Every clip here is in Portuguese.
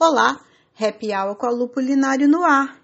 Olá, Happy Hour com a Lu Culinário no ar.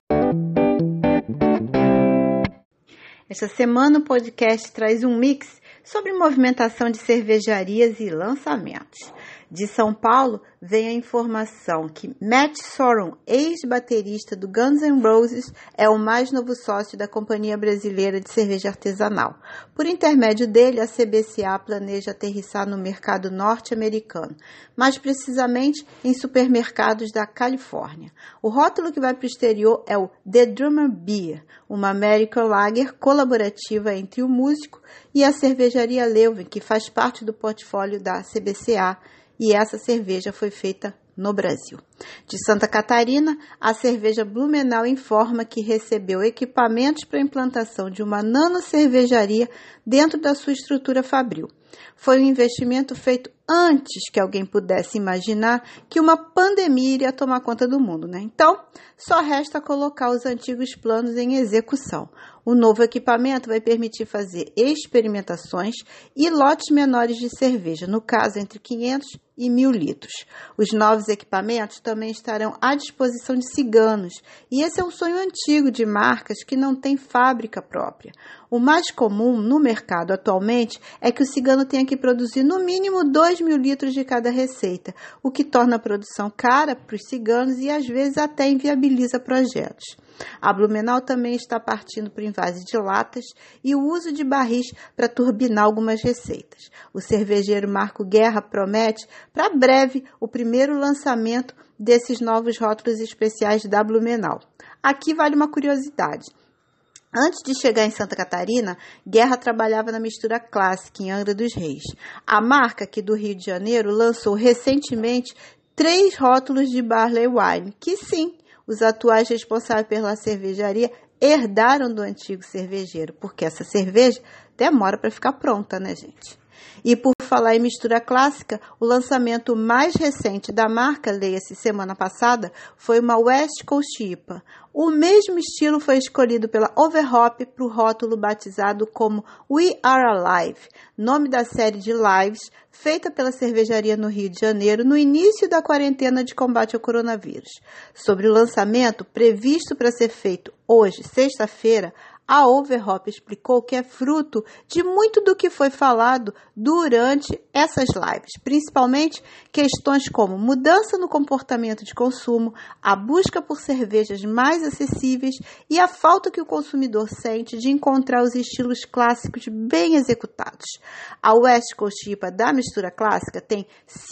Esta semana o podcast traz um mix sobre movimentação de cervejarias e lançamentos. De São Paulo vem a informação que Matt Sorum, ex-baterista do Guns N' Roses, é o mais novo sócio da Companhia Brasileira de Cerveja Artesanal. Por intermédio dele, a CBCA planeja aterrissar no mercado norte-americano, mais precisamente em supermercados da Califórnia. O rótulo que vai para o exterior é o The Drummer Beer, uma American Lager colaborativa entre o músico e a cervejaria Leuven, que faz parte do portfólio da CBCA, e essa cerveja foi feita no Brasil. De Santa Catarina, a cerveja Blumenau informa que recebeu equipamentos para a implantação de uma nano-cervejaria dentro da sua estrutura fabril. Foi um investimento feito antes que alguém pudesse imaginar que uma pandemia iria tomar conta do mundo, né? Então, só resta colocar os antigos planos em execução. O novo equipamento vai permitir fazer experimentações e lotes menores de cerveja, no caso entre 500 e 1.000 litros. Os novos equipamentos também estarão à disposição de ciganos, e esse é um sonho antigo de marcas que não têm fábrica própria. O mais comum no mercado atualmente é que o cigano tenha que produzir no mínimo 2.000 litros de cada receita, o que torna a produção cara para os ciganos e às vezes até inviabiliza projetos. A Blumenau também está partindo para o invase de latas e o uso de barris para turbinar algumas receitas. O cervejeiro Marco Guerra promete, para breve, o primeiro lançamento desses novos rótulos especiais da Blumenau. Aqui vale uma curiosidade. Antes de chegar em Santa Catarina, Guerra trabalhava na mistura clássica em Angra dos Reis. A marca aqui do Rio de Janeiro lançou recentemente 3 rótulos de Barley Wine, que sim, os atuais responsáveis pela cervejaria herdaram do antigo cervejeiro, porque essa cerveja demora para ficar pronta, né, gente? E por falar em mistura clássica, o lançamento mais recente da marca, leia-se semana passada, foi uma West Coast IPA. O mesmo estilo foi escolhido pela Overhop para o rótulo batizado como We Are Alive, nome da série de lives feita pela cervejaria no Rio de Janeiro no início da quarentena de combate ao coronavírus. Sobre o lançamento, previsto para ser feito hoje, sexta-feira, a Overhop explicou que é fruto de muito do que foi falado durante essas lives, principalmente questões como mudança no comportamento de consumo, a busca por cervejas mais acessíveis e a falta que o consumidor sente de encontrar os estilos clássicos bem executados. A West Coast IPA da mistura clássica tem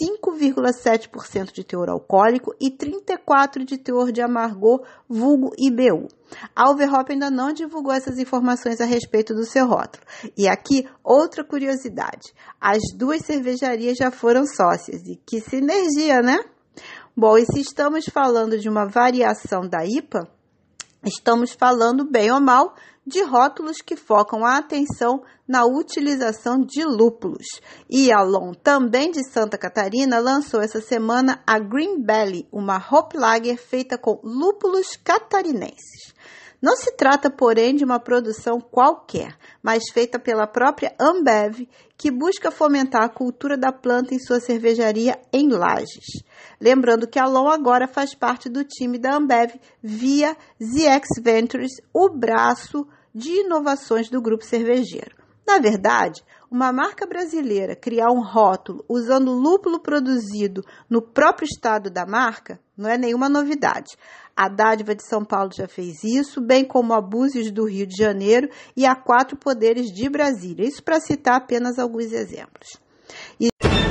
5,7% de teor alcoólico e 34% de teor de amargor, vulgo IBU. A Overhop ainda não divulgou essas informações a respeito do seu rótulo. E aqui, outra curiosidade. As duas cervejarias já foram sócias. E que sinergia, né? Bom, e se estamos falando de uma variação da IPA, estamos falando, bem ou mal, de rótulos que focam a atenção na utilização de lúpulos. E a Long, também de Santa Catarina, lançou essa semana a Green Belly, uma hop lager feita com lúpulos catarinenses. Não se trata, porém, de uma produção qualquer, mas feita pela própria Ambev, que busca fomentar a cultura da planta em sua cervejaria em Lages. Lembrando que a Long agora faz parte do time da Ambev via ZX Ventures, o braço de inovações do grupo cervejeiro. Na verdade, uma marca brasileira criar um rótulo usando lúpulo produzido no próprio estado da marca não é nenhuma novidade. A Dádiva de São Paulo já fez isso, bem como a Búzios do Rio de Janeiro e a Quatro Poderes de Brasília. Isso para citar apenas alguns exemplos. E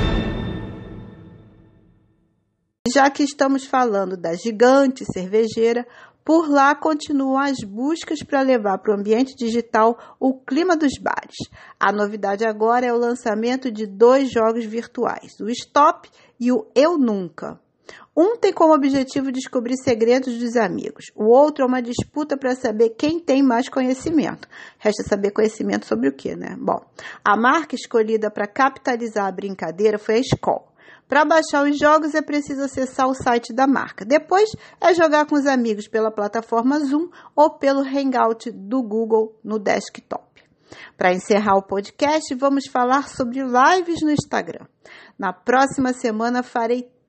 já que estamos falando da gigante cervejeira, por lá continuam as buscas para levar para o ambiente digital o clima dos bares. A novidade agora é o lançamento de 2 jogos virtuais, o Stop e o Eu Nunca. Um tem como objetivo descobrir segredos dos amigos. O outro é uma disputa para saber quem tem mais conhecimento. Resta saber conhecimento sobre o quê, né? Bom, a marca escolhida para capitalizar a brincadeira foi a Skol. Para baixar os jogos é preciso acessar o site da marca. Depois é jogar com os amigos pela plataforma Zoom ou pelo Hangout do Google no desktop. Para encerrar o podcast, vamos falar sobre lives no Instagram. Na próxima semana farei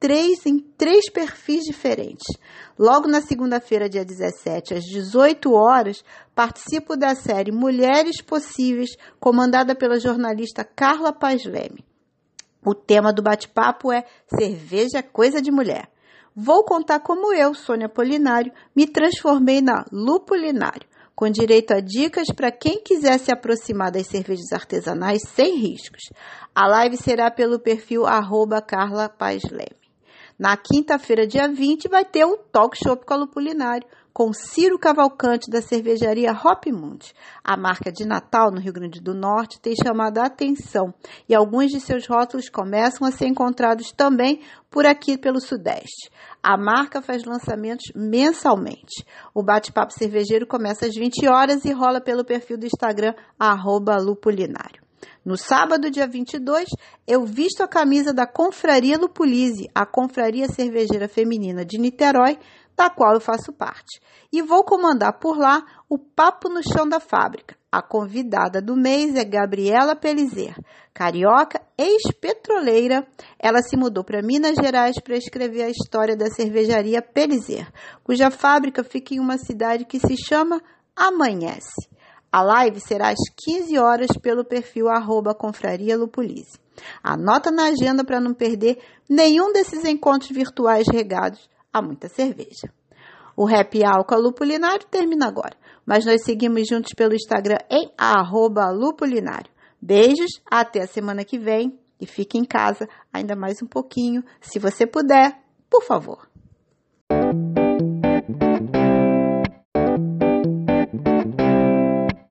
em 3 perfis diferentes. Logo na segunda-feira, dia 17, às 18 horas, participo da série Mulheres Possíveis, comandada pela jornalista Carla Paz Leme. O tema do bate-papo é Cerveja é Coisa de Mulher. Vou contar como eu, Sônia Polinário, me transformei na Lupulinário, com direito a dicas para quem quiser se aproximar das cervejas artesanais sem riscos. A live será pelo perfil @carlapazleme. Na quinta-feira, dia 20, vai ter o Talk Shop com a Lupulinário, com Ciro Cavalcante, da cervejaria Hopmund. A marca de Natal, no Rio Grande do Norte, tem chamado a atenção e alguns de seus rótulos começam a ser encontrados também por aqui pelo Sudeste. A marca faz lançamentos mensalmente. O bate-papo cervejeiro começa às 20 horas e rola pelo perfil do Instagram @lupulinário. No sábado, dia 22, eu visto a camisa da Confraria Lupulise, a confraria cervejeira feminina de Niterói, da qual eu faço parte. E vou comandar por lá o Papo no Chão da Fábrica. A convidada do mês é Gabriela Pelizer, carioca, ex-petroleira. Ela se mudou para Minas Gerais para escrever a história da cervejaria Pelizer, cuja fábrica fica em uma cidade que se chama Amanhece. A live será às 15 horas pelo perfil @confraria Lupulise. Anota na agenda para não perder nenhum desses encontros virtuais regados a muita cerveja. O Happy Hour com a Lupulinário termina agora, mas nós seguimos juntos pelo Instagram em @lupulinário. Beijos, até a semana que vem e fique em casa ainda mais um pouquinho, se você puder, por favor.